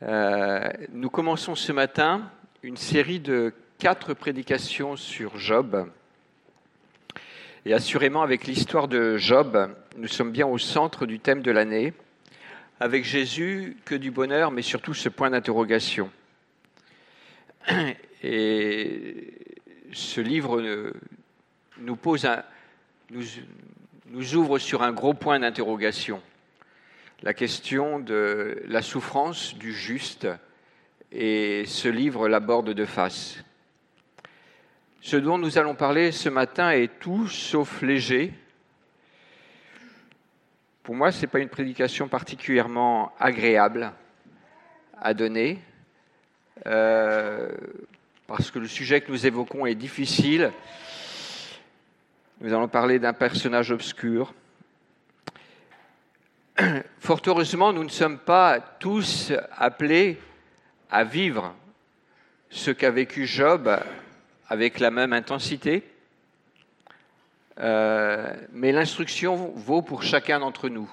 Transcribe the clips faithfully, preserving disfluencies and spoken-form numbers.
Euh, nous commençons ce matin une série de quatre prédications sur Job. Et assurément, avec l'histoire de Job, nous sommes bien au centre du thème de l'année. Avec Jésus, que du bonheur, mais surtout ce point d'interrogation. Et ce livre nous pose un, nous, nous ouvre sur un gros point d'interrogation. La question de la souffrance du juste, et ce livre l'aborde de face. Ce dont nous allons parler ce matin est tout sauf léger. Pour moi, ce n'est pas une prédication particulièrement agréable à donner, euh, parce que le sujet que nous évoquons est difficile. Nous allons parler d'un personnage obscur. Fort heureusement, nous ne sommes pas tous appelés à vivre ce qu'a vécu Job avec la même intensité, euh, mais l'instruction vaut pour chacun d'entre nous.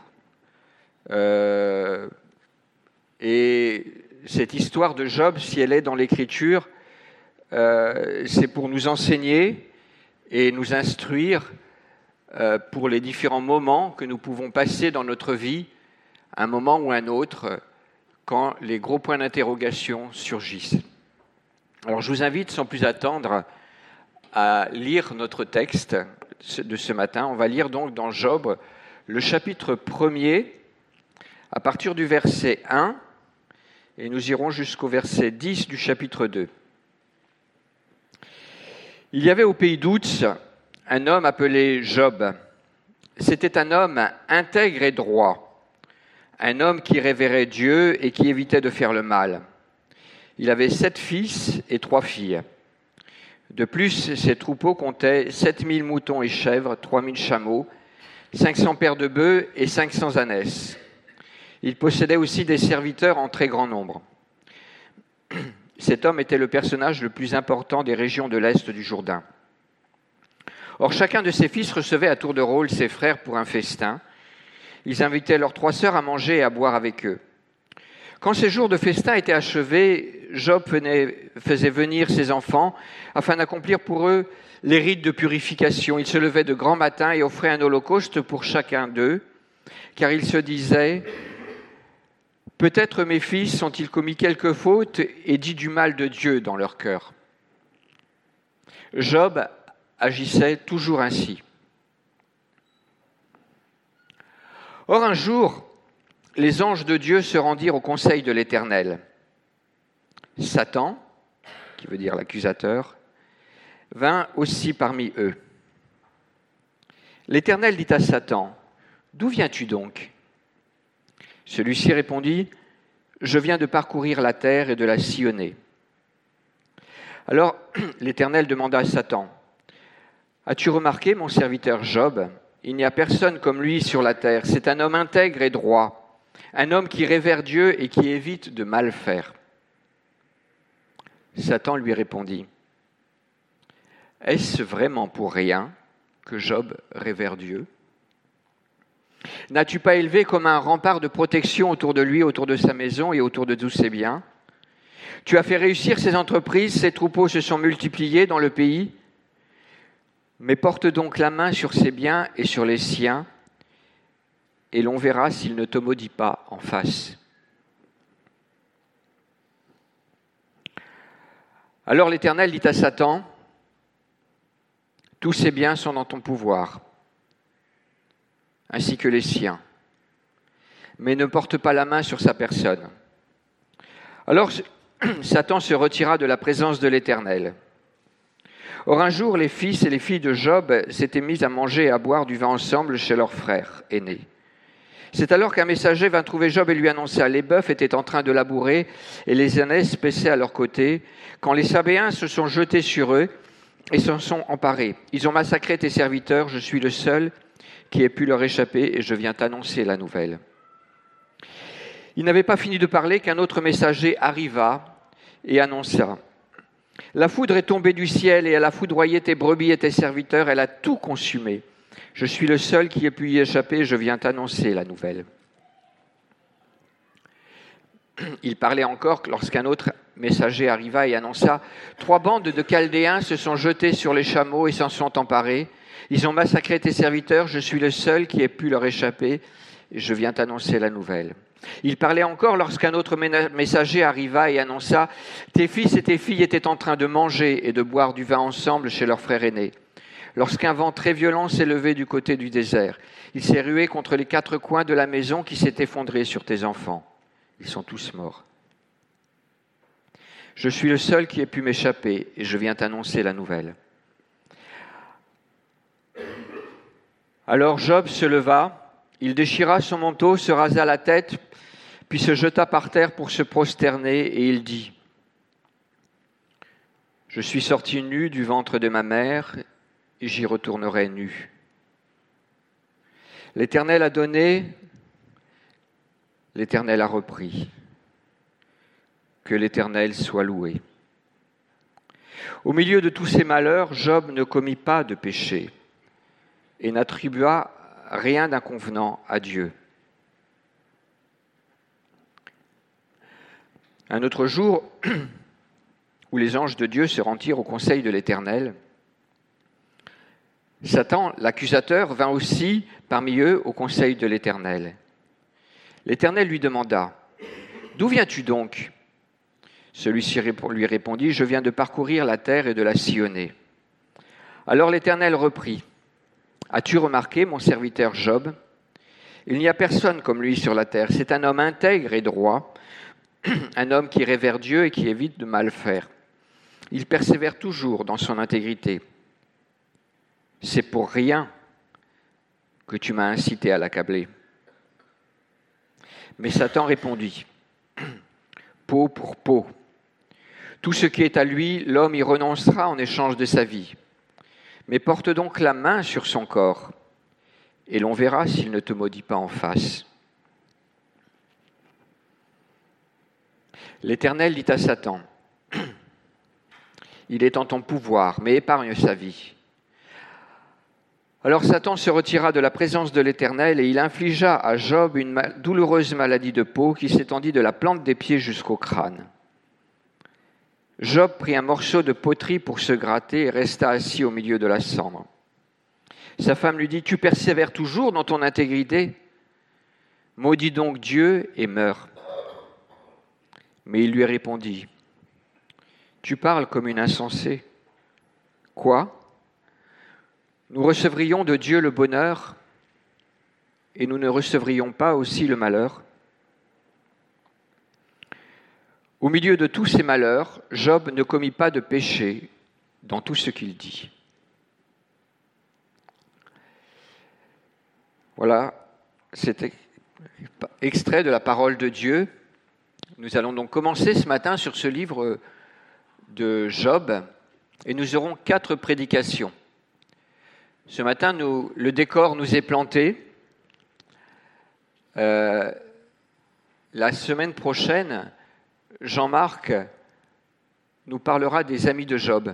Euh, et cette histoire de Job, si elle est dans l'Écriture, euh, c'est pour nous enseigner et nous instruire euh, pour les différents moments que nous pouvons passer dans notre vie, un moment ou un autre, quand les gros points d'interrogation surgissent. Alors je vous invite sans plus attendre à lire notre texte de ce matin. On va lire donc dans Job le chapitre premier, à partir du verset un, et nous irons jusqu'au verset dix du chapitre deux. Il y avait au pays d'Ouz un homme appelé Job. C'était un homme intègre et droit, un homme qui révérait Dieu et qui évitait de faire le mal. Il avait sept fils et trois filles. De plus, ses troupeaux comptaient sept mille moutons et chèvres, trois mille chameaux, cinq cents paires de bœufs et cinq cents ânesses. Il possédait aussi des serviteurs en très grand nombre. Cet homme était le personnage le plus important des régions de l'Est du Jourdain. Or, chacun de ses fils recevait à tour de rôle ses frères pour un festin. Ils invitaient leurs trois sœurs à manger et à boire avec eux. Quand ces jours de festin étaient achevés, Job venait, faisait venir ses enfants afin d'accomplir pour eux les rites de purification. Il se levait de grand matin et offrait un holocauste pour chacun d'eux, car il se disait « Peut-être mes fils ont-ils commis quelque faute et dit du mal de Dieu dans leur cœur. » Job agissait toujours ainsi. Or un jour, les anges de Dieu se rendirent au conseil de l'Éternel. Satan, qui veut dire l'accusateur, vint aussi parmi eux. L'Éternel dit à Satan, « D'où viens-tu donc ?» Celui-ci répondit, « Je viens de parcourir la terre et de la sillonner. » Alors l'Éternel demanda à Satan, « As-tu remarqué mon serviteur Job ? Il n'y a personne comme lui sur la terre. C'est un homme intègre et droit, un homme qui révère Dieu et qui évite de mal faire. » Satan lui répondit, « Est-ce vraiment pour rien que Job révère Dieu ? N'as-tu pas élevé comme un rempart de protection autour de lui, autour de sa maison et autour de tous ses biens ? Tu as fait réussir ses entreprises, ses troupeaux se sont multipliés dans le pays. Mais porte donc la main sur ses biens et sur les siens, et l'on verra s'il ne te maudit pas en face. » Alors l'Éternel dit à Satan, « Tous ces biens sont dans ton pouvoir, ainsi que les siens, mais ne porte pas la main sur sa personne. » Alors Satan se retira de la présence de l'Éternel. Or un jour, les fils et les filles de Job s'étaient mis à manger et à boire du vin ensemble chez leur frère aîné. C'est alors qu'un messager vint trouver Job et lui annonça « Les bœufs étaient en train de labourer et les ânesses paissaient à leur côté, quand les Sabéens se sont jetés sur eux et s'en sont emparés. Ils ont massacré tes serviteurs, je suis le seul qui ait pu leur échapper et je viens t'annoncer la nouvelle. » Il n'avait pas fini de parler qu'un autre messager arriva et annonça « La foudre est tombée du ciel et elle a foudroyé tes brebis et tes serviteurs, elle a tout consumé. Je suis le seul qui ait pu y échapper, je viens t'annoncer la nouvelle. » Il parlait encore lorsqu'un autre messager arriva et annonça « Trois bandes de Chaldéens se sont jetées sur les chameaux et s'en sont emparés. Ils ont massacré tes serviteurs, je suis le seul qui ait pu leur échapper. Et je viens t'annoncer la nouvelle. » Il parlait encore lorsqu'un autre messager arriva et annonça « Tes fils et tes filles étaient en train de manger et de boire du vin ensemble chez leur frère aîné. » Lorsqu'un vent très violent s'est levé du côté du désert, il s'est rué contre les quatre coins de la maison qui s'est effondrée sur tes enfants. Ils sont tous morts. Je suis le seul qui ait pu m'échapper et je viens t'annoncer la nouvelle. Alors Job se leva, il déchira son manteau, se rasa la tête, puis se jeta par terre pour se prosterner et il dit « Je suis sorti nu du ventre de ma mère et j'y retournerai nu. L'Éternel a donné, l'Éternel a repris. Que l'Éternel soit loué. » Au milieu de tous ces malheurs, Job ne commit pas de péché et n'attribua rien d'inconvenant à Dieu. Un autre jour, où les anges de Dieu se rendirent au conseil de l'Éternel, Satan, l'accusateur, vint aussi parmi eux au conseil de l'Éternel. L'Éternel lui demanda « D'où viens-tu donc ?» Celui-ci lui répondit « Je viens de parcourir la terre et de la sillonner. » Alors l'Éternel reprit « As-tu remarqué mon serviteur Job ? Il n'y a personne comme lui sur la terre. C'est un homme intègre et droit, un homme qui révère Dieu et qui évite de mal faire. Il persévère toujours dans son intégrité. C'est pour rien que tu m'as incité à l'accabler. » Mais Satan répondit « Peau pour peau. Tout ce qui est à lui, l'homme y renoncera en échange de sa vie. Mais porte donc la main sur son corps, et l'on verra s'il ne te maudit pas en face. » L'Éternel dit à Satan « Il est en ton pouvoir, mais épargne sa vie. » Alors Satan se retira de la présence de l'Éternel et il infligea à Job une douloureuse maladie de peau qui s'étendit de la plante des pieds jusqu'au crâne. Job prit un morceau de poterie pour se gratter et resta assis au milieu de la cendre. Sa femme lui dit « Tu persévères toujours dans ton intégrité ? Maudis donc Dieu et meurs. » Mais il lui répondit « Tu parles comme une insensée. Quoi ? Nous recevrions de Dieu le bonheur et nous ne recevrions pas aussi le malheur. » Au milieu de tous ces malheurs, Job ne commit pas de péché dans tout ce qu'il dit. Voilà, c'est extrait de la parole de Dieu. Nous allons donc commencer ce matin sur ce livre de Job et nous aurons quatre prédications. Ce matin, nous, le décor nous est planté. Euh, la semaine prochaine, Jean-Marc nous parlera des amis de Job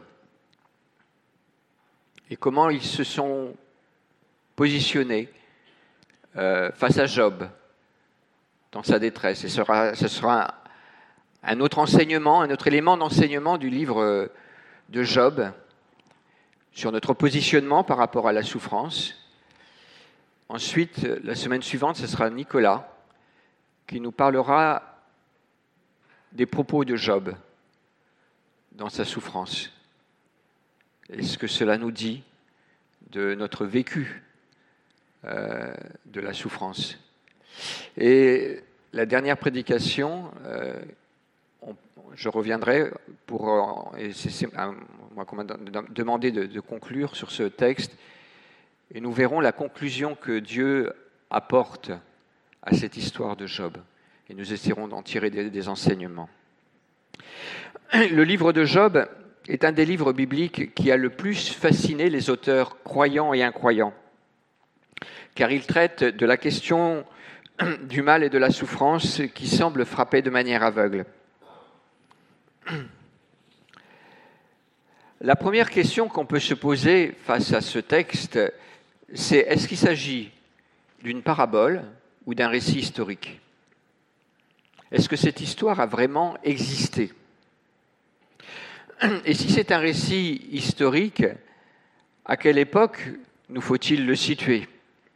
et comment ils se sont positionnés euh, face à Job dans sa détresse. Et ce sera, ce sera un, un autre enseignement, un autre élément d'enseignement du livre de Job sur notre positionnement par rapport à la souffrance. Ensuite, la semaine suivante, ce sera Nicolas qui nous parlera des propos de Job dans sa souffrance. Et ce que cela nous dit de notre vécu euh, de la souffrance. Et la dernière prédication, euh, on, je reviendrai pour, euh, et c'est, c'est à moi qu'on m'a demandé de, de conclure sur ce texte, et nous verrons la conclusion que Dieu apporte à cette histoire de Job. Et nous essaierons d'en tirer des, des enseignements. Le livre de Job est un des livres bibliques qui a le plus fasciné les auteurs croyants et incroyants, car il traite de la question du mal et de la souffrance qui semble frapper de manière aveugle. La première question qu'on peut se poser face à ce texte, c'est est-ce qu'il s'agit d'une parabole ou d'un récit historique ? Est-ce que cette histoire a vraiment existé? Et si c'est un récit historique, à quelle époque nous faut-il le situer?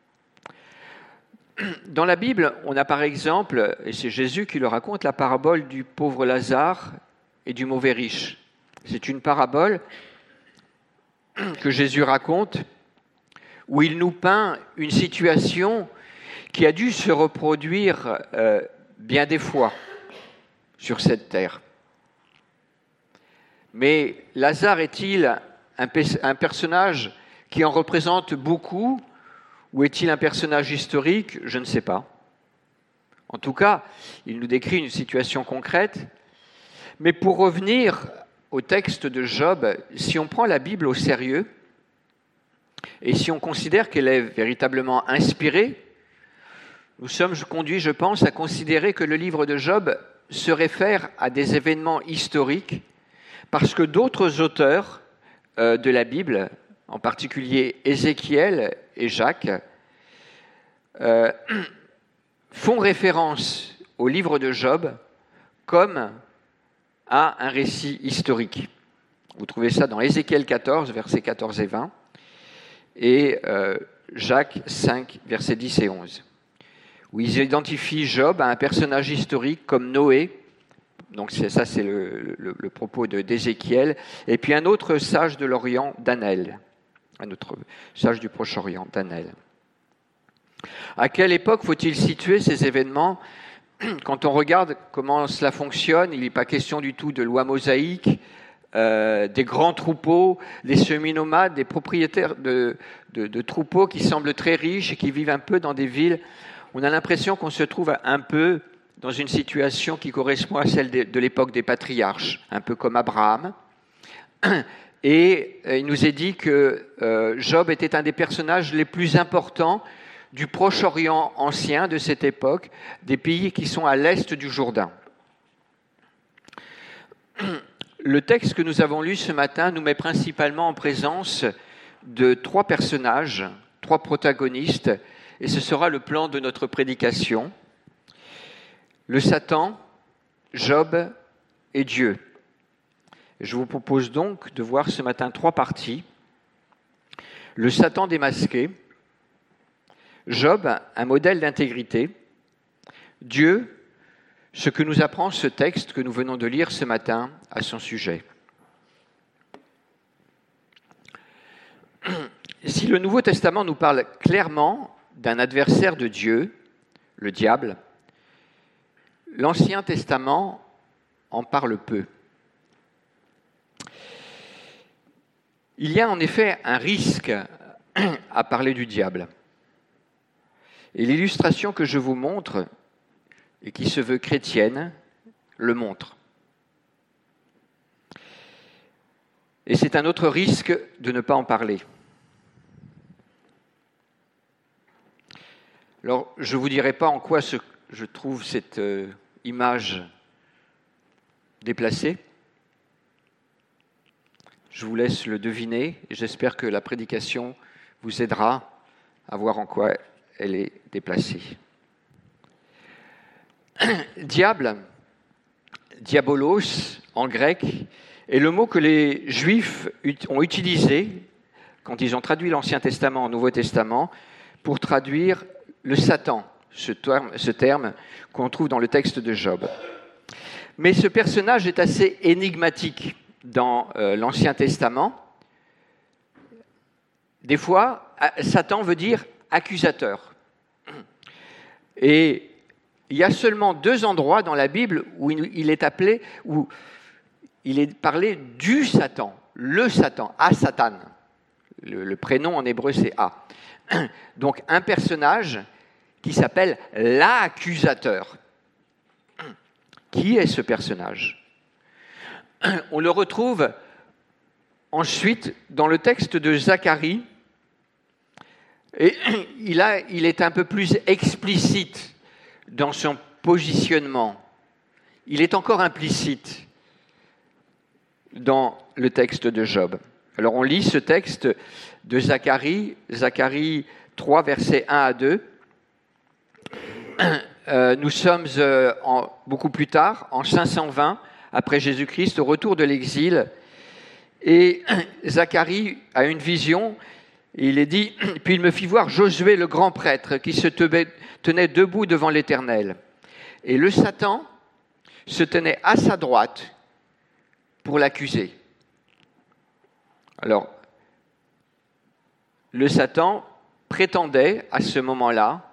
Dans la Bible, on a par exemple, et c'est Jésus qui le raconte, la parabole du pauvre Lazare et du mauvais riche. C'est une parabole que Jésus raconte où il nous peint une situation qui a dû se reproduire euh, bien des fois sur cette terre. Mais Lazare est-il un, un personnage qui en représente beaucoup ou est-il un personnage historique? Je ne sais pas. En tout cas, il nous décrit une situation concrète. Mais pour revenir au texte de Job, si on prend la Bible au sérieux et si on considère qu'elle est véritablement inspirée, nous sommes conduits, je pense, à considérer que le livre de Job se réfère à des événements historiques parce que d'autres auteurs euh, de la Bible, en particulier Ézéchiel et Jacques, euh, font référence au livre de Job comme à un récit historique. Vous trouvez ça dans Ézéchiel quatorze, versets quatorze et vingt, et euh, Jacques cinq, versets dix et onze, où ils identifient Job à un personnage historique comme Noé. Donc c'est, ça, c'est le, le, le propos de, d'Ézéchiel. Et puis un autre sage de l'Orient, Daniel. Un autre sage du Proche-Orient, Daniel. À quelle époque faut-il situer ces événements? Quand on regarde comment cela fonctionne, il n'est pas question du tout de loi mosaïque, euh, des grands troupeaux, des semi-nomades, des propriétaires de, de, de troupeaux qui semblent très riches et qui vivent un peu dans des villes. On a l'impression qu'on se trouve un peu dans une situation qui correspond à celle de, de l'époque des patriarches, un peu comme Abraham. Et il nous est dit que euh, Job était un des personnages les plus importants du Proche-Orient ancien de cette époque, des pays qui sont à l'est du Jourdain. Le texte que nous avons lu ce matin nous met principalement en présence de trois personnages, trois protagonistes, et ce sera le plan de notre prédication. Le Satan, Job et Dieu. Je vous propose donc de voir ce matin trois parties. Le Satan démasqué, Job, un modèle d'intégrité, Dieu, ce que nous apprend ce texte que nous venons de lire ce matin à son sujet. Si le Nouveau Testament nous parle clairement d'un adversaire de Dieu, le diable, l'Ancien Testament en parle peu. Il y a en effet un risque à parler du diable. Et l'illustration que je vous montre, et qui se veut chrétienne, le montre. Et c'est un autre risque de ne pas en parler. Alors, je ne vous dirai pas en quoi ce, je trouve cette euh, image déplacée. Je vous laisse le deviner et j'espère que la prédication vous aidera à voir en quoi elle est déplacée. Diable, diabolos en grec, est le mot que les Juifs ont utilisé quand ils ont traduit l'Ancien Testament au Nouveau Testament pour traduire le Satan, ce terme, ce terme qu'on trouve dans le texte de Job. Mais ce personnage est assez énigmatique dans euh, l'Ancien Testament. Des fois, Satan veut dire accusateur. Et il y a seulement deux endroits dans la Bible où il est appelé, où il est parlé du Satan, le Satan, à Satan. Le, le prénom en hébreu, c'est A. Donc, un personnage qui s'appelle l'accusateur. Qui est ce personnage? On le retrouve ensuite dans le texte de Zacharie. Et il, a, il est un peu plus explicite dans son positionnement. Il est encore implicite dans le texte de Job. Alors on lit ce texte de Zacharie, Zacharie trois, versets un à deux. euh, nous sommes euh, en, beaucoup plus tard, en cinq cent vingt, après Jésus-Christ, au retour de l'exil, et Zacharie a une vision, et il est dit « Puis il me fit voir Josué le grand prêtre qui se tenait debout devant l'Éternel. Et le Satan se tenait à sa droite pour l'accuser. » Alors, le Satan prétendait à ce moment-là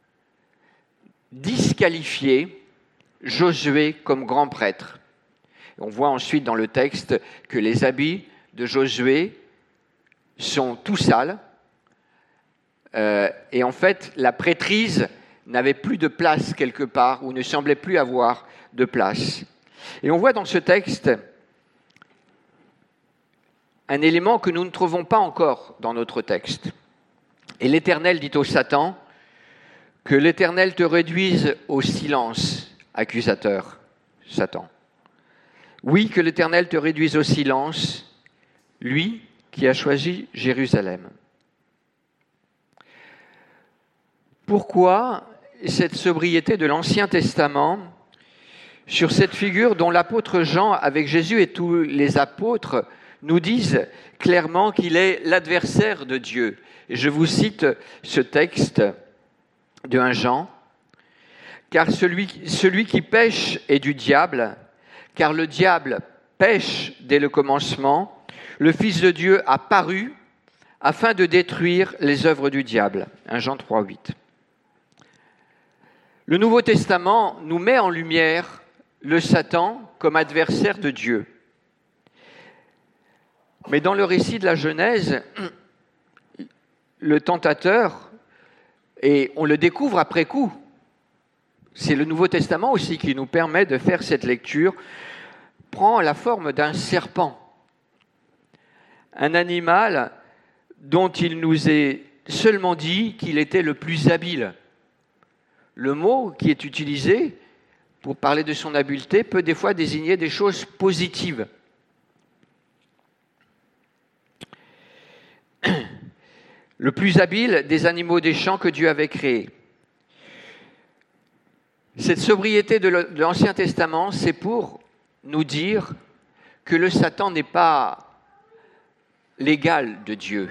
disqualifier Josué comme grand prêtre. On voit ensuite dans le texte que les habits de Josué sont tout sales euh, et en fait la prêtrise n'avait plus de place quelque part ou ne semblait plus avoir de place. Et on voit dans ce texte un élément que nous ne trouvons pas encore dans notre texte. Et l'Éternel dit au Satan que l'Éternel te réduise au silence, accusateur, Satan. Oui, que l'Éternel te réduise au silence, lui qui a choisi Jérusalem. Pourquoi cette sobriété de l'Ancien Testament sur cette figure dont l'apôtre Jean, avec Jésus et tous les apôtres, nous disent clairement qu'il est l'adversaire de Dieu. Et je vous cite ce texte de premier Jean. « Car celui, celui qui pêche est du diable, car le diable pêche dès le commencement. Le Fils de Dieu a paru afin de détruire les œuvres du diable. » premier Jean trois, huit. Le Nouveau Testament nous met en lumière le Satan comme adversaire de Dieu. Mais dans le récit de la Genèse, le tentateur, et on le découvre après coup, c'est le Nouveau Testament aussi qui nous permet de faire cette lecture, prend la forme d'un serpent, un animal dont il nous est seulement dit qu'il était le plus habile. Le mot qui est utilisé pour parler de son habileté peut des fois désigner des choses positives. Le plus habile des animaux des champs que Dieu avait créés. Cette sobriété de l'Ancien Testament, c'est pour nous dire que le Satan n'est pas l'égal de Dieu.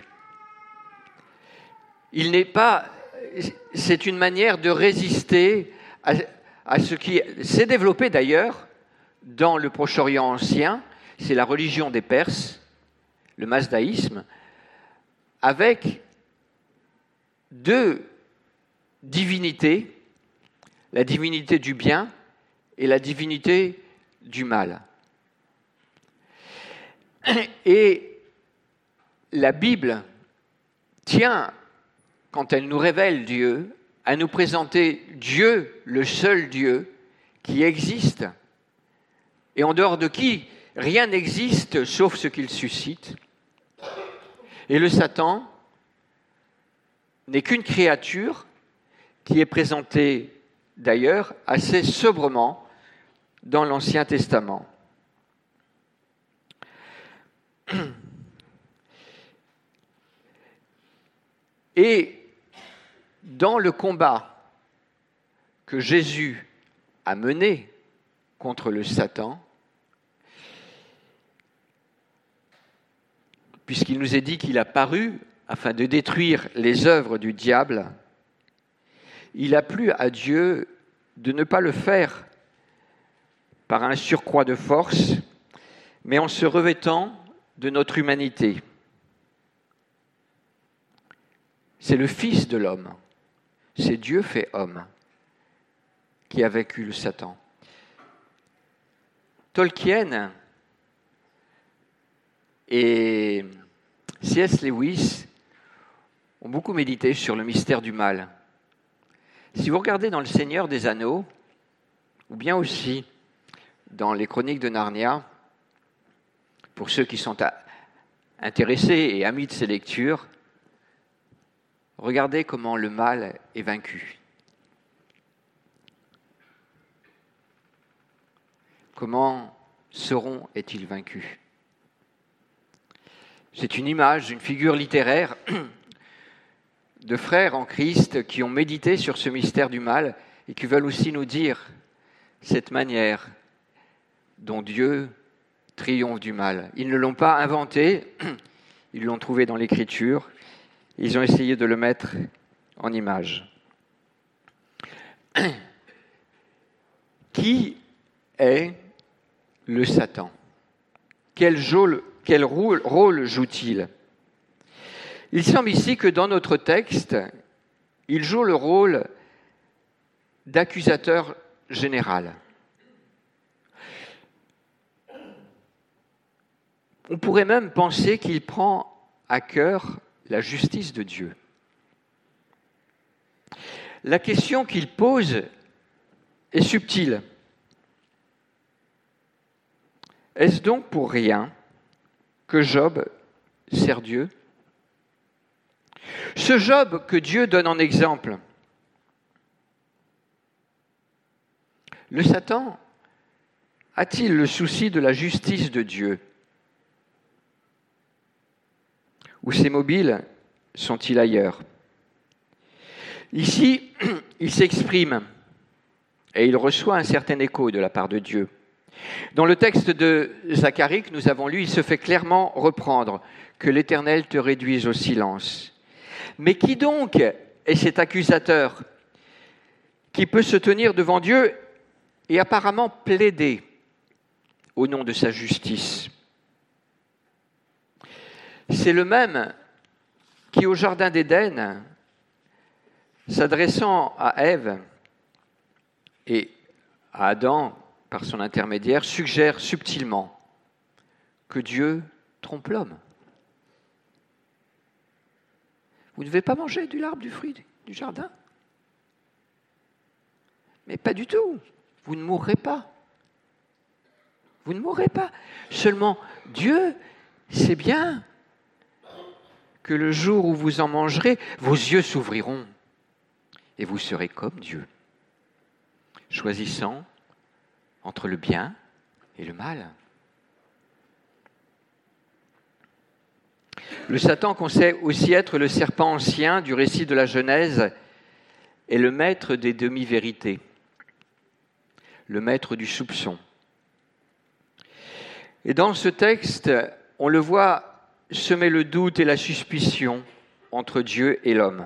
Il n'est pas, c'est une manière de résister à, à ce qui s'est développé d'ailleurs dans le Proche-Orient ancien, c'est la religion des Perses, le mazdaïsme, avec deux divinités, la divinité du bien et la divinité du mal. Et la Bible tient, quand elle nous révèle Dieu, à nous présenter Dieu, le seul Dieu qui existe, et en dehors de qui rien n'existe sauf ce qu'il suscite. Et le Satan n'est qu'une créature qui est présentée d'ailleurs assez sobrement dans l'Ancien Testament. Et dans le combat que Jésus a mené contre le Satan, puisqu'il nous est dit qu'il a paru afin de détruire les œuvres du diable, il a plu à Dieu de ne pas le faire par un surcroît de force, mais en se revêtant de notre humanité. C'est le Fils de l'homme, c'est Dieu fait homme qui a vaincu le Satan. Tolkien et C S Lewis ont beaucoup médité sur le mystère du mal. Si vous regardez dans Le Seigneur des Anneaux, ou bien aussi dans les Chroniques de Narnia, pour ceux qui sont intéressés et amis de ces lectures, regardez comment le mal est vaincu. Comment Sauron est-il vaincu ? C'est une image, une figure littéraire de frères en Christ qui ont médité sur ce mystère du mal et qui veulent aussi nous dire cette manière dont Dieu triomphe du mal. Ils ne l'ont pas inventé, ils l'ont trouvé dans l'Écriture, ils ont essayé de le mettre en image. Qui est le Satan ? Quel, jôle, quel rôle, rôle joue-t-il ? Il semble ici que dans notre texte, il joue le rôle d'accusateur général. On pourrait même penser qu'il prend à cœur la justice de Dieu. La question qu'il pose est subtile. Est-ce donc pour rien que Job sert Dieu ? Ce Job que Dieu donne en exemple, le Satan a-t-il le souci de la justice de Dieu ? Ou ses mobiles sont-ils ailleurs ? Ici, il s'exprime et il reçoit un certain écho de la part de Dieu. Dans le texte de Zacharie que nous avons lu, il se fait clairement reprendre « Que l'Éternel te réduise au silence ». Mais qui donc est cet accusateur qui peut se tenir devant Dieu et apparemment plaider au nom de sa justice ? C'est le même qui, au Jardin d'Éden, s'adressant à Ève et à Adam par son intermédiaire, suggère subtilement que Dieu trompe l'homme. Vous ne devez pas manger de l'arbre du fruit du jardin. Mais pas du tout. Vous ne mourrez pas. Vous ne mourrez pas. Seulement, Dieu sait bien que le jour où vous en mangerez, vos yeux s'ouvriront et vous serez comme Dieu, choisissant entre le bien et le mal. Le Satan, qu'on sait aussi être le serpent ancien du récit de la Genèse, est le maître des demi-vérités, le maître du soupçon. Et dans ce texte, on le voit semer le doute et la suspicion entre Dieu et l'homme.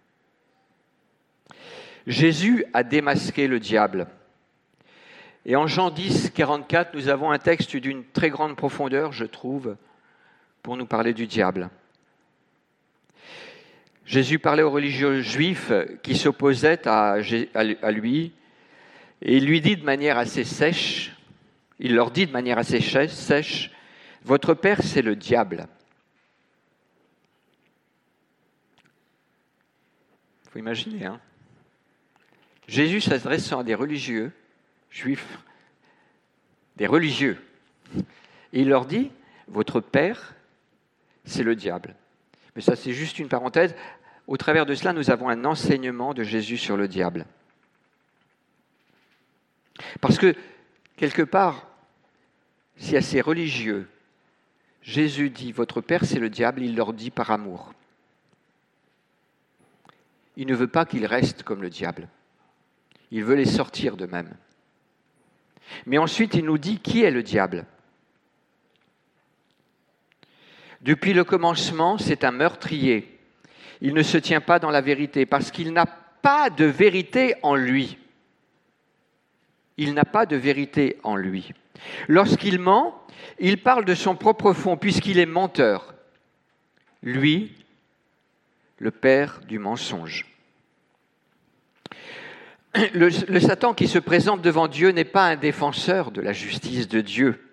Jésus a démasqué le diable. Et en Jean dix, quarante-quatre, nous avons un texte d'une très grande profondeur, je trouve, pour nous parler du diable. Jésus parlait aux religieux juifs qui s'opposaient à, à lui, et il lui dit de manière assez sèche, il leur dit de manière assez sèche, « Votre père, c'est le diable. » Il faut imaginer, hein. Jésus s'adressant à des religieux juifs, des religieux, et il leur dit, « Votre père, c'est le diable. » Mais ça, c'est juste une parenthèse. Au travers de cela, nous avons un enseignement de Jésus sur le diable. Parce que, quelque part, si à ces religieux, Jésus dit « Votre père, c'est le diable », il leur dit par amour. Il ne veut pas qu'ils restent comme le diable. Il veut les sortir d'eux-mêmes. Mais ensuite, il nous dit qui est le diable. Depuis le commencement, c'est un meurtrier. Il ne se tient pas dans la vérité parce qu'il n'a pas de vérité en lui. Il n'a pas de vérité en lui. Lorsqu'il ment, il parle de son propre fond puisqu'il est menteur. Lui, le père du mensonge. Le, le Satan qui se présente devant Dieu n'est pas un défenseur de la justice de Dieu,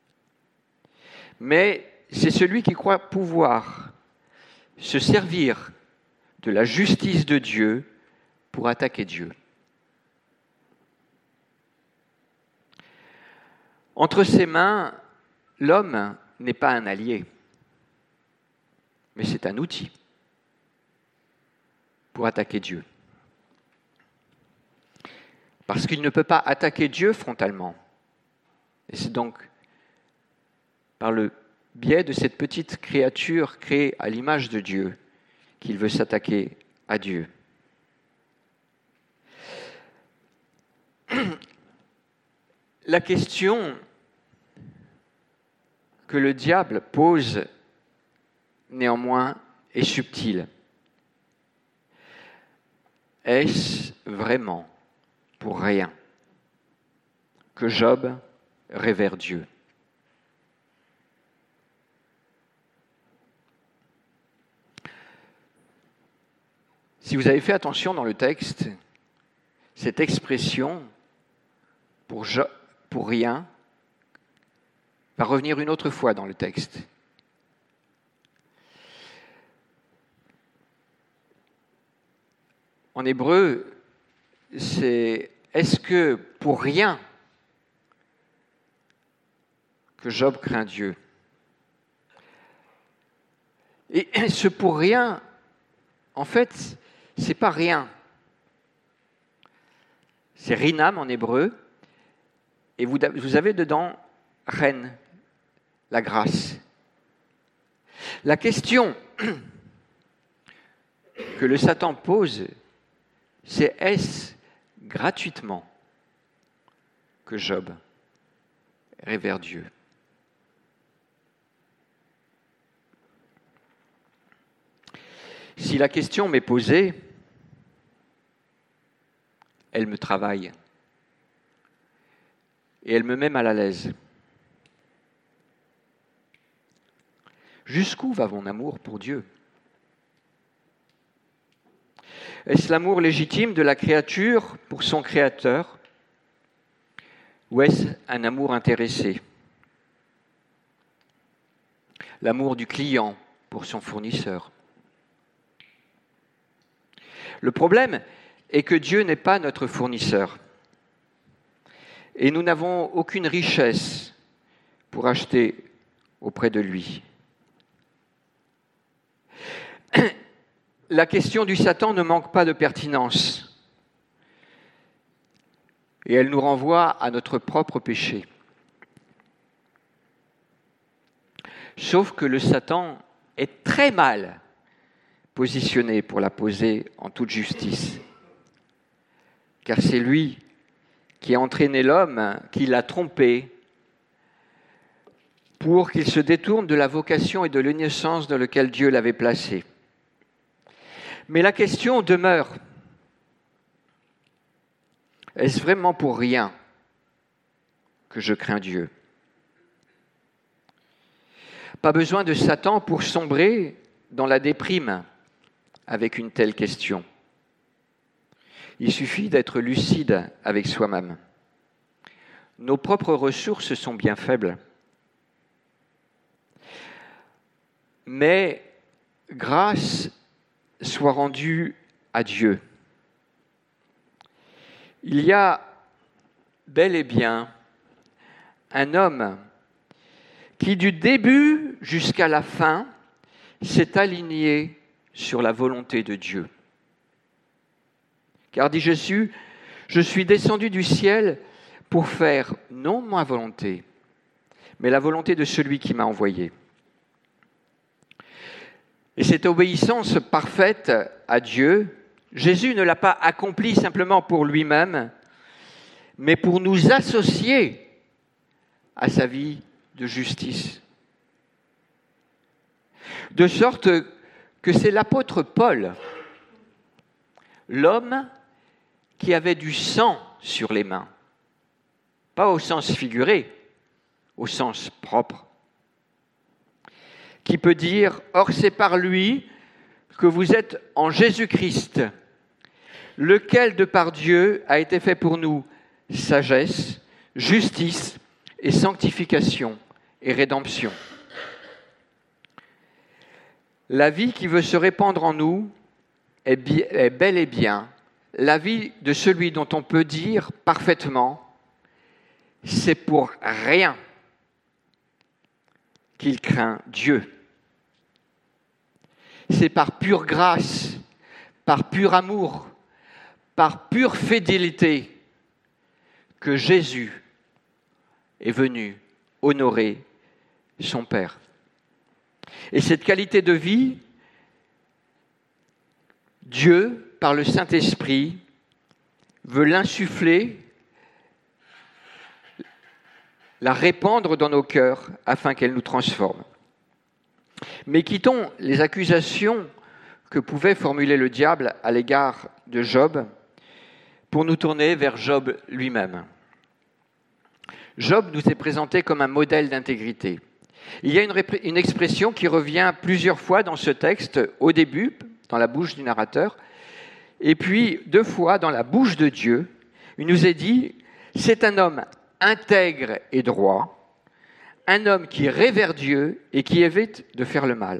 mais c'est celui qui croit pouvoir se servir de la justice de Dieu pour attaquer Dieu. Entre ses mains, l'homme n'est pas un allié, mais c'est un outil pour attaquer Dieu. Parce qu'il ne peut pas attaquer Dieu frontalement. Et c'est donc par le biais de cette petite créature créée à l'image de Dieu qu'il veut s'attaquer à Dieu. La question que le diable pose, néanmoins, est subtile. Est-ce vraiment pour rien que Job révère Dieu ? Si vous avez fait attention dans le texte, cette expression pour, Jo- pour rien va revenir une autre fois dans le texte. En hébreu, c'est « est-ce que pour rien que Job craint Dieu ?» Et ce « pour rien », en fait, c'est pas rien. C'est rinam en hébreu, et vous, vous avez dedans ren, la grâce. La question que le Satan pose, c'est est-ce gratuitement que Job révère Dieu ? Si la question m'est posée, elle me travaille et elle me met mal à l'aise. Jusqu'où va mon amour pour Dieu ? Est-ce l'amour légitime de la créature pour son créateur ? Ou est-ce un amour intéressé ? L'amour du client pour son fournisseur ? Le problème est que Dieu n'est pas notre fournisseur. Et nous n'avons aucune richesse pour acheter auprès de lui. La question du Satan ne manque pas de pertinence. Et elle nous renvoie à notre propre péché. Sauf que le Satan est très mal positionné pour la poser en toute justice. Car c'est lui qui a entraîné l'homme, qui l'a trompé, pour qu'il se détourne de la vocation et de l'innocence dans laquelle Dieu l'avait placé. Mais la question demeure, est-ce vraiment pour rien que je crains Dieu ? Pas besoin de Satan pour sombrer dans la déprime avec une telle question. Il suffit d'être lucide avec soi-même. Nos propres ressources sont bien faibles. Mais grâce soit rendue à Dieu. Il y a bel et bien un homme qui, du début jusqu'à la fin, s'est aligné sur la volonté de Dieu. Car dit Jésus, je suis descendu du ciel pour faire non ma volonté, mais la volonté de celui qui m'a envoyé. Et cette obéissance parfaite à Dieu, Jésus ne l'a pas accomplie simplement pour lui-même, mais pour nous associer à sa vie de justice. De sorte que c'est l'apôtre Paul, l'homme qui avait du sang sur les mains, pas au sens figuré, au sens propre, qui peut dire « Or c'est par lui que vous êtes en Jésus-Christ, lequel de par Dieu a été fait pour nous sagesse, justice et sanctification et rédemption. » La vie qui veut se répandre en nous est, bi- est bel et bien la vie de celui dont on peut dire parfaitement « c'est pour rien qu'il craint Dieu ». C'est par pure grâce, par pur amour, par pure fidélité que Jésus est venu honorer son Père. Et cette qualité de vie, Dieu, par le Saint-Esprit, veut l'insuffler la répandre dans nos cœurs afin qu'elle nous transforme. Mais quittons les accusations que pouvait formuler le diable à l'égard de Job pour nous tourner vers Job lui-même. Job nous est présenté comme un modèle d'intégrité. Il y a une, rép- une expression qui revient plusieurs fois dans ce texte, au début, dans la bouche du narrateur, et puis deux fois dans la bouche de Dieu. Il nous est dit, c'est un homme intègre et droit, un homme qui révère Dieu et qui évite de faire le mal.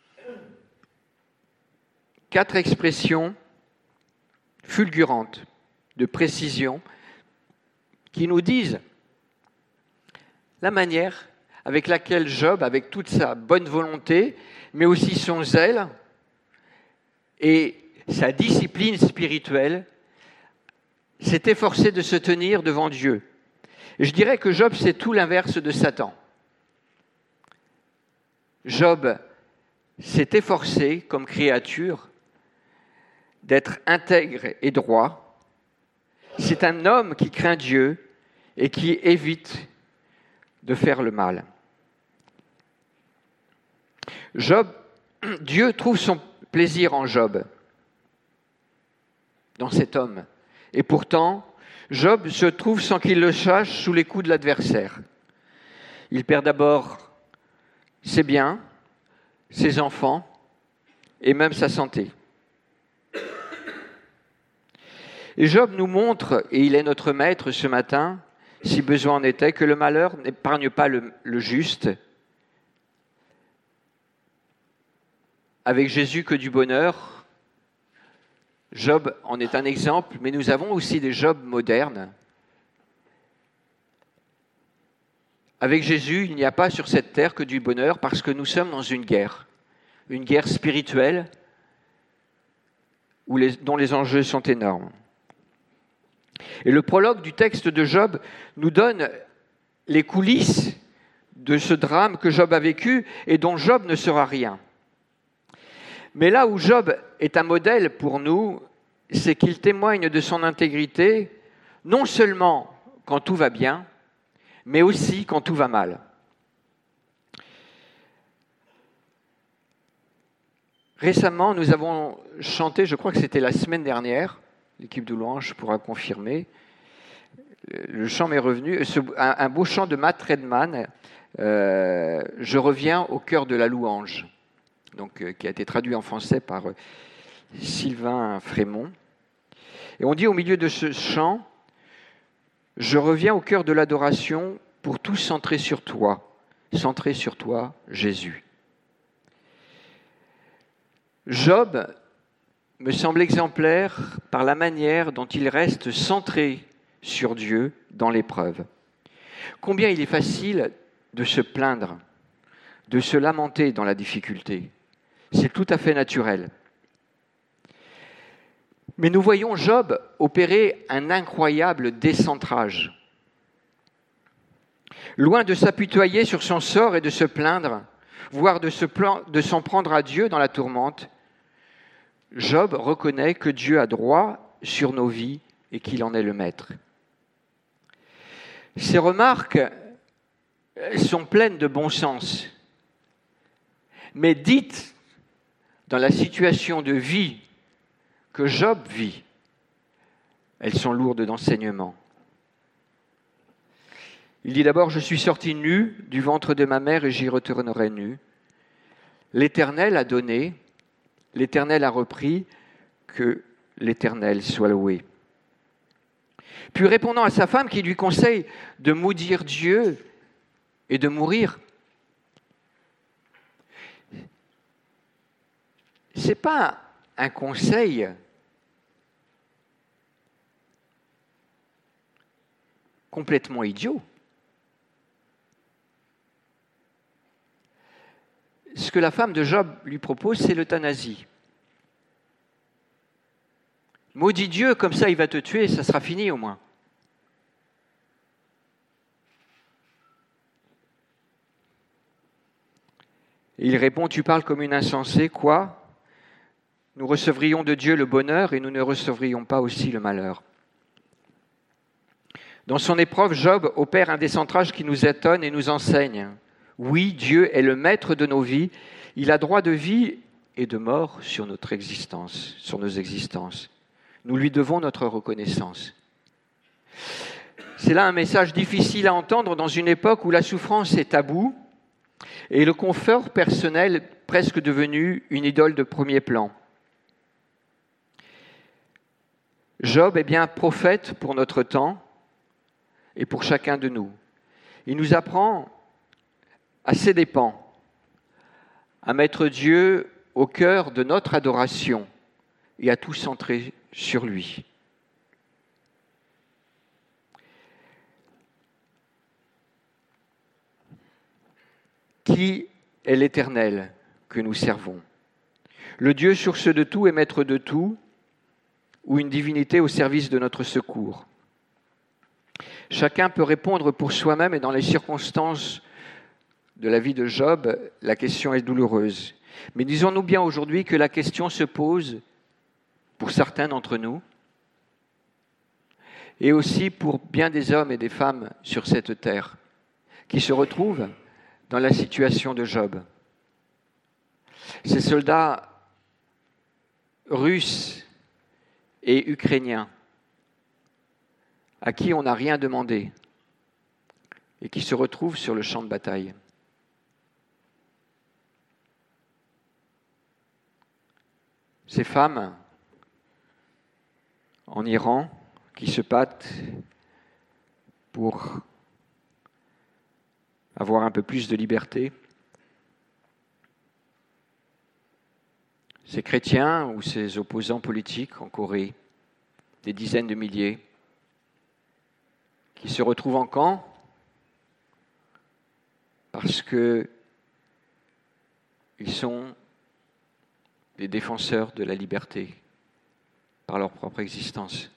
Quatre expressions fulgurantes, de précision, qui nous disent la manière avec laquelle Job, avec toute sa bonne volonté, mais aussi son zèle et sa discipline spirituelle, s'est efforcé de se tenir devant Dieu. Et je dirais que Job, c'est tout l'inverse de Satan. Job s'est efforcé, comme créature, d'être intègre et droit. C'est un homme qui craint Dieu et qui évite de faire le mal. Job, Dieu trouve son plaisir en Job, dans cet homme. Et pourtant, Job se trouve sans qu'il le sache sous les coups de l'adversaire. Il perd d'abord ses biens, ses enfants et même sa santé. Et Job nous montre, et il est notre maître ce matin, si besoin en était, que le malheur n'épargne pas le, le juste. Avec Jésus que du bonheur, Job en est un exemple, mais nous avons aussi des Jobs modernes. Avec Jésus, il n'y a pas sur cette terre que du bonheur parce que nous sommes dans une guerre, une guerre spirituelle où les, dont les enjeux sont énormes. Et le prologue du texte de Job nous donne les coulisses de ce drame que Job a vécu et dont Job ne sera rien. Mais là où Job est un modèle pour nous, c'est qu'il témoigne de son intégrité, non seulement quand tout va bien, mais aussi quand tout va mal. Récemment, nous avons chanté, je crois que c'était la semaine dernière, l'équipe de louange pourra confirmer, le chant m'est revenu, un, un beau chant de Matt Redman, euh, « Je reviens au cœur de la louange », donc, euh, qui a été traduit en français par euh, Sylvain Frémont. Et on dit au milieu de ce chant, « Je reviens au cœur de l'adoration pour tout centrer sur toi, centrer sur toi, Jésus ». Job me semble exemplaire par la manière dont il reste centré sur Dieu dans l'épreuve. Combien il est facile de se plaindre, de se lamenter dans la difficulté. C'est tout à fait naturel. Mais nous voyons Job opérer un incroyable décentrage. Loin de s'apitoyer sur son sort et de se plaindre, voire de, se plan- de s'en prendre à Dieu dans la tourmente, Job reconnaît que Dieu a droit sur nos vies et qu'il en est le maître. Ces remarques sont pleines de bon sens, mais dites dans la situation de vie que Job vit, elles sont lourdes d'enseignements. Il dit d'abord « Je suis sorti nu du ventre de ma mère et j'y retournerai nu. L'Éternel a donné, l'Éternel a repris, que l'Éternel soit loué. » Puis répondant à sa femme qui lui conseille de maudire Dieu et de mourir, ce n'est pas un conseil complètement idiot. Ce que la femme de Job lui propose, c'est l'euthanasie. Maudis Dieu, comme ça il va te tuer, ça sera fini au moins. Et il répond, tu parles comme une insensée, quoi ? Nous recevrions de Dieu le bonheur et nous ne recevrions pas aussi le malheur. Dans son épreuve, Job opère un décentrage qui nous étonne et nous enseigne. Oui, Dieu est le maître de nos vies. Il a droit de vie et de mort sur notre existence, sur nos existences. Nous lui devons notre reconnaissance. C'est là un message difficile à entendre dans une époque où la souffrance est taboue et le confort personnel presque devenu une idole de premier plan. Job est bien prophète pour notre temps et pour chacun de nous. Il nous apprend à ses dépens à mettre Dieu au cœur de notre adoration et à tout centrer sur lui. Qui est l'Éternel que nous servons? Le Dieu source de tout et maître de tout, ou une divinité au service de notre secours? Chacun peut répondre pour soi-même et dans les circonstances de la vie de Job, la question est douloureuse. Mais disons-nous bien aujourd'hui que la question se pose pour certains d'entre nous et aussi pour bien des hommes et des femmes sur cette terre qui se retrouvent dans la situation de Job. Ces soldats russes et ukrainiens à qui on n'a rien demandé et qui se retrouvent sur le champ de bataille. Ces femmes en Iran qui se battent pour avoir un peu plus de liberté. Ces chrétiens ou ces opposants politiques en Corée, des dizaines de milliers, qui se retrouvent en camp parce que ils sont des défenseurs de la liberté par leur propre existence.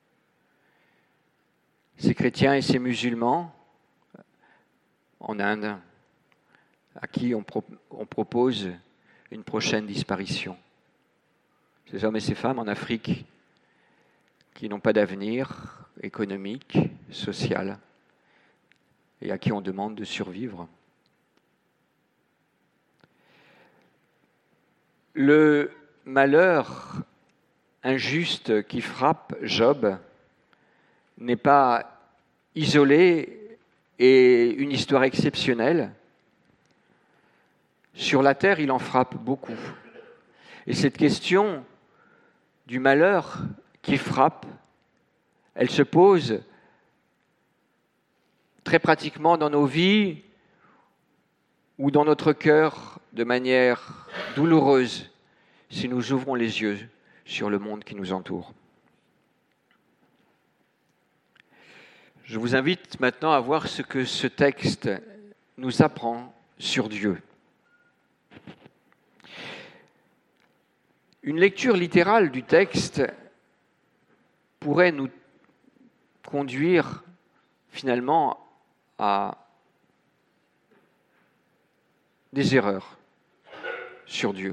Ces chrétiens et ces musulmans en Inde, à qui on, pro- on propose une prochaine disparition. Ces hommes et ces femmes en Afrique qui n'ont pas d'avenir économique, social, et à qui on demande de survivre. Le malheur injuste qui frappe Job n'est pas isolé et une histoire exceptionnelle. Sur la terre, il en frappe beaucoup. Et cette question du malheur qui frappe, elle se pose très pratiquement dans nos vies ou dans notre cœur de manière douloureuse si nous ouvrons les yeux sur le monde qui nous entoure. Je vous invite maintenant à voir ce que ce texte nous apprend sur Dieu. Une lecture littérale du texte pourrait nous conduire finalement à des erreurs sur Dieu.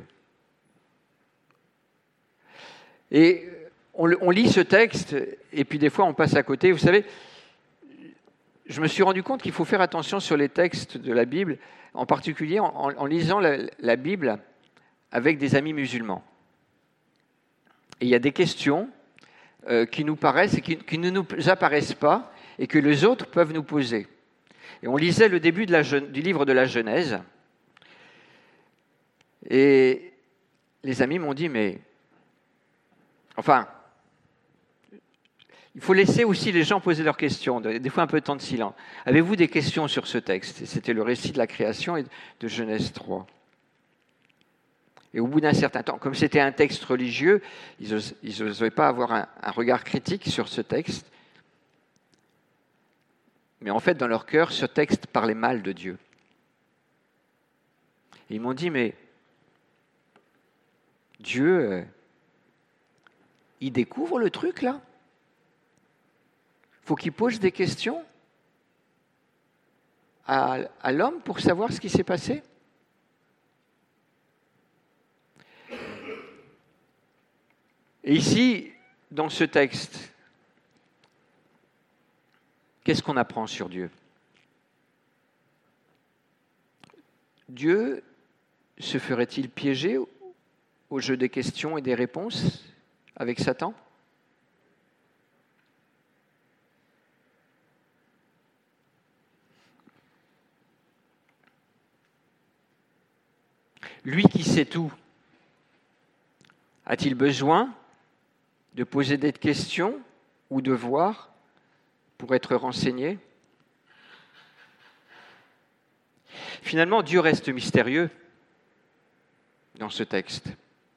Et on, on lit ce texte et puis des fois on passe à côté. Vous savez, je me suis rendu compte qu'il faut faire attention sur les textes de la Bible, en particulier en, en lisant la, la Bible avec des amis musulmans. Et il y a des questions euh, qui nous paraissent et qui, qui ne nous apparaissent pas et que les autres peuvent nous poser. Et on lisait le début de la, du livre de la Genèse et les amis m'ont dit, mais enfin, il faut laisser aussi les gens poser leurs questions, des fois un peu de temps de silence. Avez-vous des questions sur ce texte? Et c'était le récit de la création et de Genèse trois. Et au bout d'un certain temps, comme c'était un texte religieux, ils n'osaient pas avoir un, un regard critique sur ce texte. Mais en fait, dans leur cœur, ce texte parlait mal de Dieu. Et ils m'ont dit, mais Dieu, euh, il découvre le truc là? Il faut qu'il pose des questions à, à l'homme pour savoir ce qui s'est passé? Et ici, dans ce texte, qu'est-ce qu'on apprend sur Dieu ? Dieu se ferait-il piéger au jeu des questions et des réponses avec Satan ? Lui qui sait tout, a-t-il besoin de poser des questions ou de voir pour être renseigné ? Finalement, Dieu reste mystérieux dans ce texte.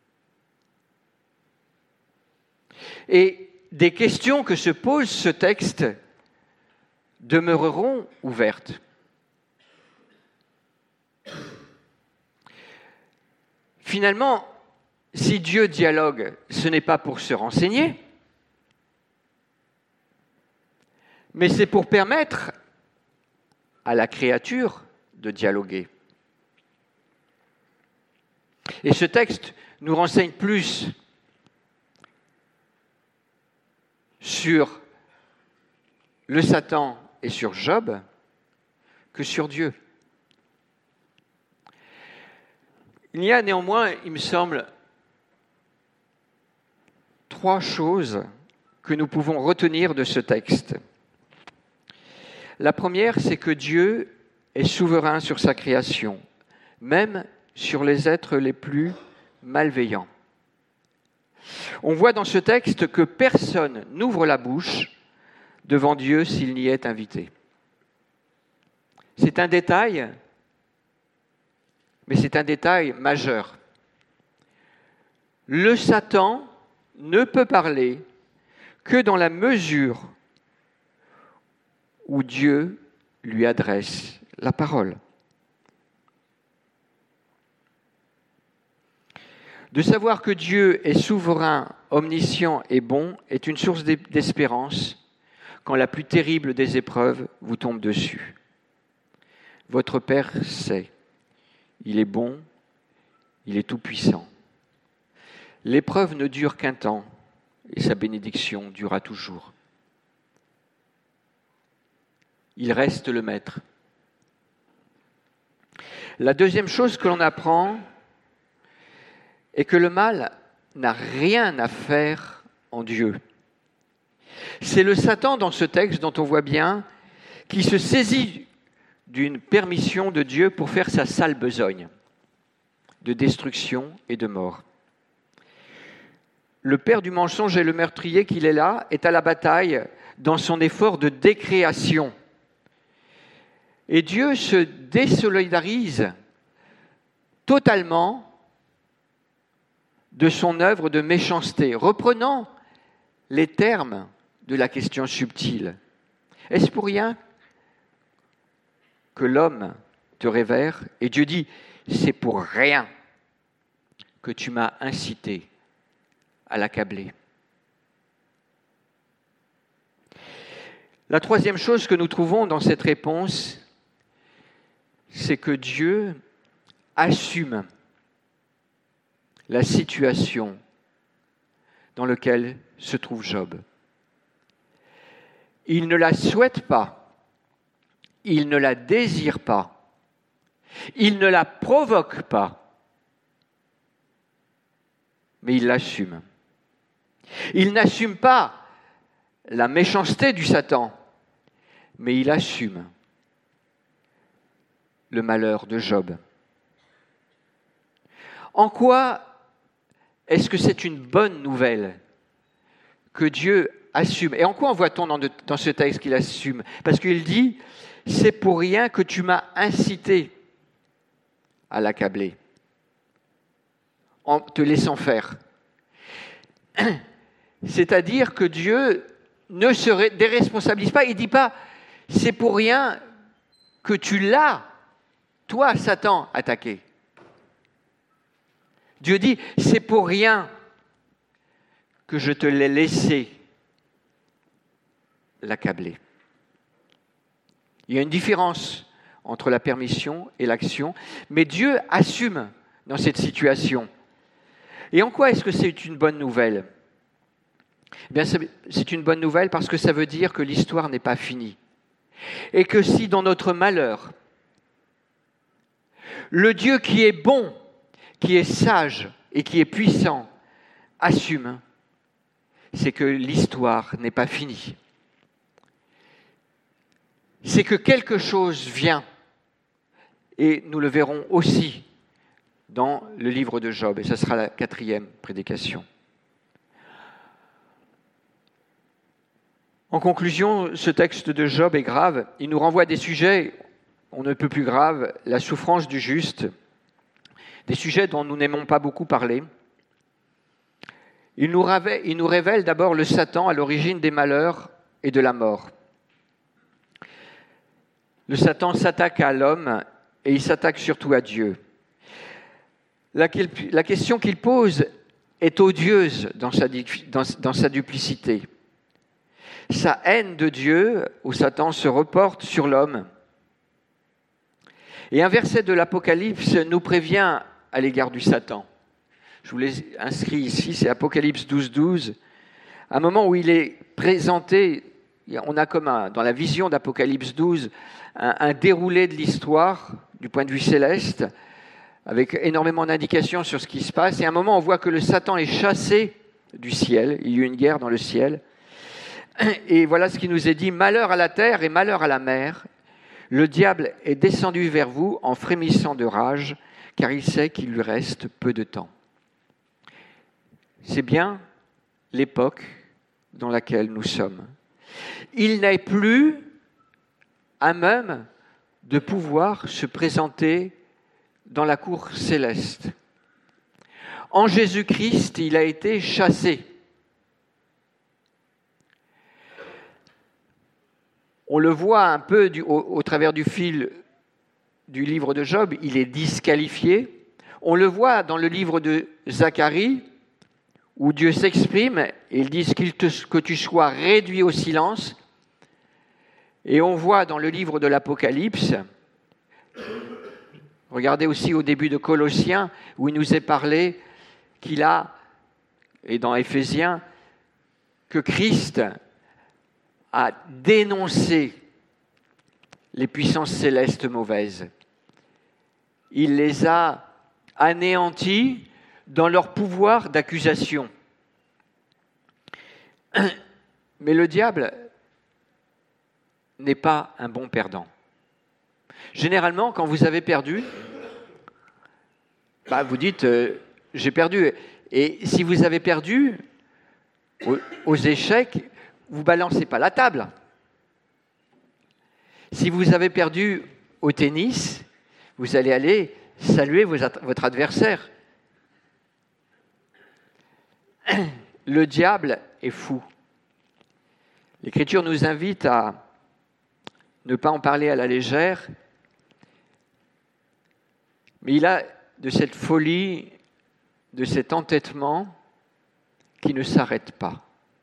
Et des questions que se pose ce texte demeureront ouvertes. Finalement, si Dieu dialogue, ce n'est pas pour se renseigner, mais c'est pour permettre à la créature de dialoguer. Et ce texte nous renseigne plus sur le Satan et sur Job que sur Dieu. Il y a néanmoins, il me semble, trois choses que nous pouvons retenir de ce texte. La première, c'est que Dieu est souverain sur sa création, même sur les êtres les plus malveillants. On voit dans ce texte que personne n'ouvre la bouche devant Dieu s'il n'y est invité. C'est un détail, mais c'est un détail majeur. Le Satan ne peut parler que dans la mesure où Dieu lui adresse la parole. De savoir que Dieu est souverain, omniscient et bon est une source d'espérance quand la plus terrible des épreuves vous tombe dessus. Votre Père sait, il est bon, il est tout-puissant. L'épreuve ne dure qu'un temps et sa bénédiction durera toujours. Il reste le maître. La deuxième chose que l'on apprend est que le mal n'a rien à faire en Dieu. C'est le Satan dans ce texte dont on voit bien qui se saisit d'une permission de Dieu pour faire sa sale besogne de destruction et de mort. Le père du mensonge et le meurtrier qu'il est là est à la bataille dans son effort de décréation. Et Dieu se désolidarise totalement de son œuvre de méchanceté, reprenant les termes de la question subtile. Est-ce pour rien que l'homme te révère? Et Dieu dit, c'est pour rien que tu m'as incité à l'accabler. La troisième chose que nous trouvons dans cette réponse, c'est que Dieu assume la situation dans laquelle se trouve Job. Il ne la souhaite pas, il ne la désire pas, il ne la provoque pas, mais il l'assume. Il n'assume pas la méchanceté du Satan, mais il assume le malheur de Job. En quoi est-ce que c'est une bonne nouvelle que Dieu assume? Et en quoi en voit-on dans, de, dans ce texte qu'il assume? Parce qu'il dit, c'est pour rien que tu m'as incité à l'accabler, en te laissant faire. C'est-à-dire que Dieu ne se déresponsabilise pas, il ne dit pas, c'est pour rien que tu l'as, toi, Satan, attaqué. Dieu dit, c'est pour rien que je te l'ai laissé l'accabler. Il y a une différence entre la permission et l'action, mais Dieu assume dans cette situation. Et en quoi est-ce que c'est une bonne nouvelle ? Eh bien, c'est une bonne nouvelle parce que ça veut dire que l'histoire n'est pas finie. Et que si dans notre malheur, le Dieu qui est bon, qui est sage et qui est puissant assume, c'est que l'histoire n'est pas finie. C'est que quelque chose vient, et nous le verrons aussi dans le livre de Job, et ce sera la quatrième prédication. En conclusion, ce texte de Job est grave. Il nous renvoie à des sujets, on ne peut plus graves, la souffrance du juste, des sujets dont nous n'aimons pas beaucoup parler. Il nous révèle, il nous révèle d'abord le Satan à l'origine des malheurs et de la mort. Le Satan s'attaque à l'homme et il s'attaque surtout à Dieu. La, la question qu'il pose est odieuse dans sa, dans, dans sa duplicité. Sa haine de Dieu, où Satan se reporte sur l'homme. Et un verset de l'Apocalypse nous prévient à l'égard du Satan. Je vous l'ai inscrit ici, c'est Apocalypse douze, douze. Un moment où il est présenté, on a comme un, dans la vision d'Apocalypse douze, un, un déroulé de l'histoire du point de vue céleste, avec énormément d'indications sur ce qui se passe. Et à un moment, on voit que le Satan est chassé du ciel. Il y a eu une guerre dans le ciel. Et voilà ce qui nous est dit, « Malheur à la terre et malheur à la mer. Le diable est descendu vers vous en frémissant de rage, car il sait qu'il lui reste peu de temps. » C'est bien l'époque dans laquelle nous sommes. Il n'est plus à même de pouvoir se présenter dans la cour céleste. En Jésus-Christ, il a été chassé. On le voit un peu du, au, au travers du fil du livre de Job, il est disqualifié. On le voit dans le livre de Zacharie, où Dieu s'exprime, et il dit qu'il te, que tu sois réduit au silence. Et on voit dans le livre de l'Apocalypse, regardez aussi au début de Colossiens, où il nous est parlé qu'il a, et dans Éphésiens, que Christ a dénoncé les puissances célestes mauvaises. Il les a anéanties dans leur pouvoir d'accusation. Mais le diable n'est pas un bon perdant. Généralement, quand vous avez perdu, bah vous dites euh, « j'ai perdu ». Et si vous avez perdu aux, aux échecs, vous ne balancez pas la table. Si vous avez perdu au tennis, vous allez aller saluer vos, votre adversaire. Le diable est fou. L'Écriture nous invite à ne pas en parler à la légère, mais il a de cette folie, de cet entêtement qui ne s'arrête pas.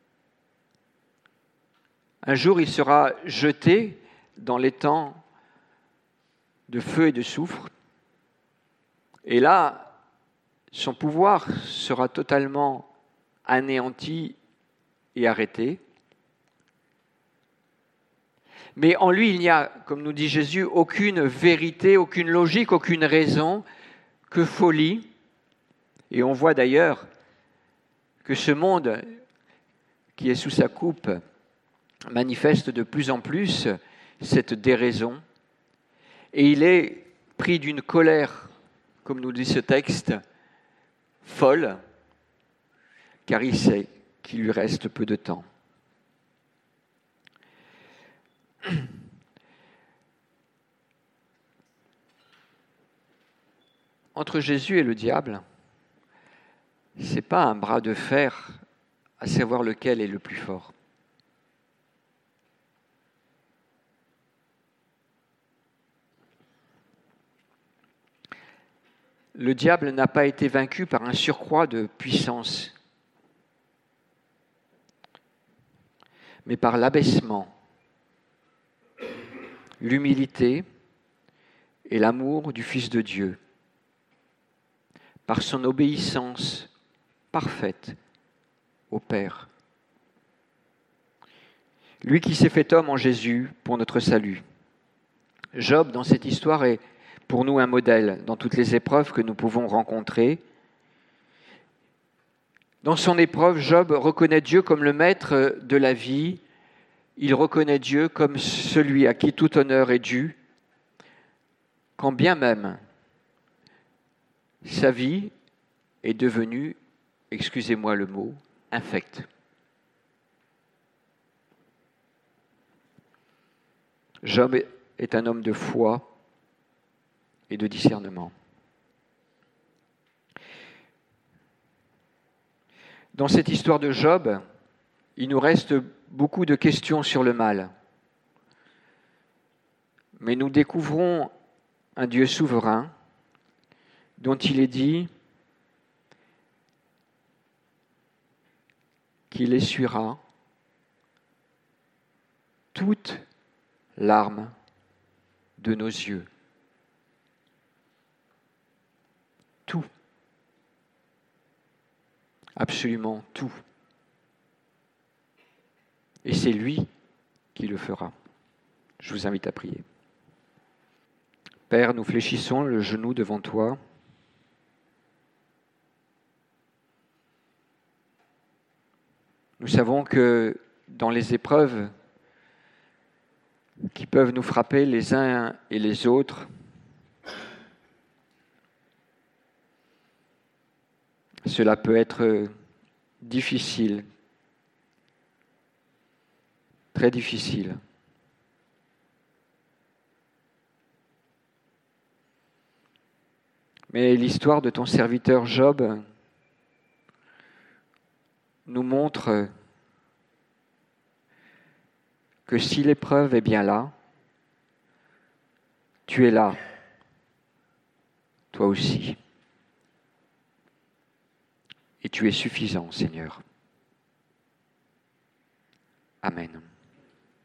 Un jour, il sera jeté dans l'étang de feu et de soufre, et là, son pouvoir sera totalement anéanti et arrêté. Mais en lui, il n'y a, comme nous dit Jésus, aucune vérité, aucune logique, aucune raison, que folie. Et on voit d'ailleurs que ce monde qui est sous sa coupe manifeste de plus en plus cette déraison. Et il est pris d'une colère, comme nous dit ce texte, folle, car il sait qu'il lui reste peu de temps. Entre Jésus et le diable, ce n'est pas un bras de fer à savoir lequel est le plus fort. Le diable n'a pas été vaincu par un surcroît de puissance, mais par l'abaissement, l'humilité et l'amour du Fils de Dieu, par son obéissance parfaite au Père. lui qui s'est fait homme en Jésus pour notre salut. Job, dans cette histoire, est pour nous un modèle dans toutes les épreuves que nous pouvons rencontrer. Dans son épreuve, Job reconnaît Dieu comme le maître de la vie. Il reconnaît Dieu comme celui à qui tout honneur est dû, quand bien même sa vie est devenue, excusez-moi le mot, infecte. Job est un homme de foi et de discernement. Dans cette histoire de Job, il nous reste beaucoup de questions sur le mal. Mais nous découvrons un Dieu souverain dont il est dit qu'il essuiera toute larme de nos yeux. Tout. Absolument tout. Et c'est lui qui le fera. Je vous invite à prier. Père, nous fléchissons le genou devant toi. Nous savons que dans les épreuves qui peuvent nous frapper les uns et les autres, cela peut être difficile, très difficile. Mais l'histoire de ton serviteur Job nous montre que si l'épreuve est bien là, tu es là, toi aussi. Et tu es suffisant, Seigneur. Amen.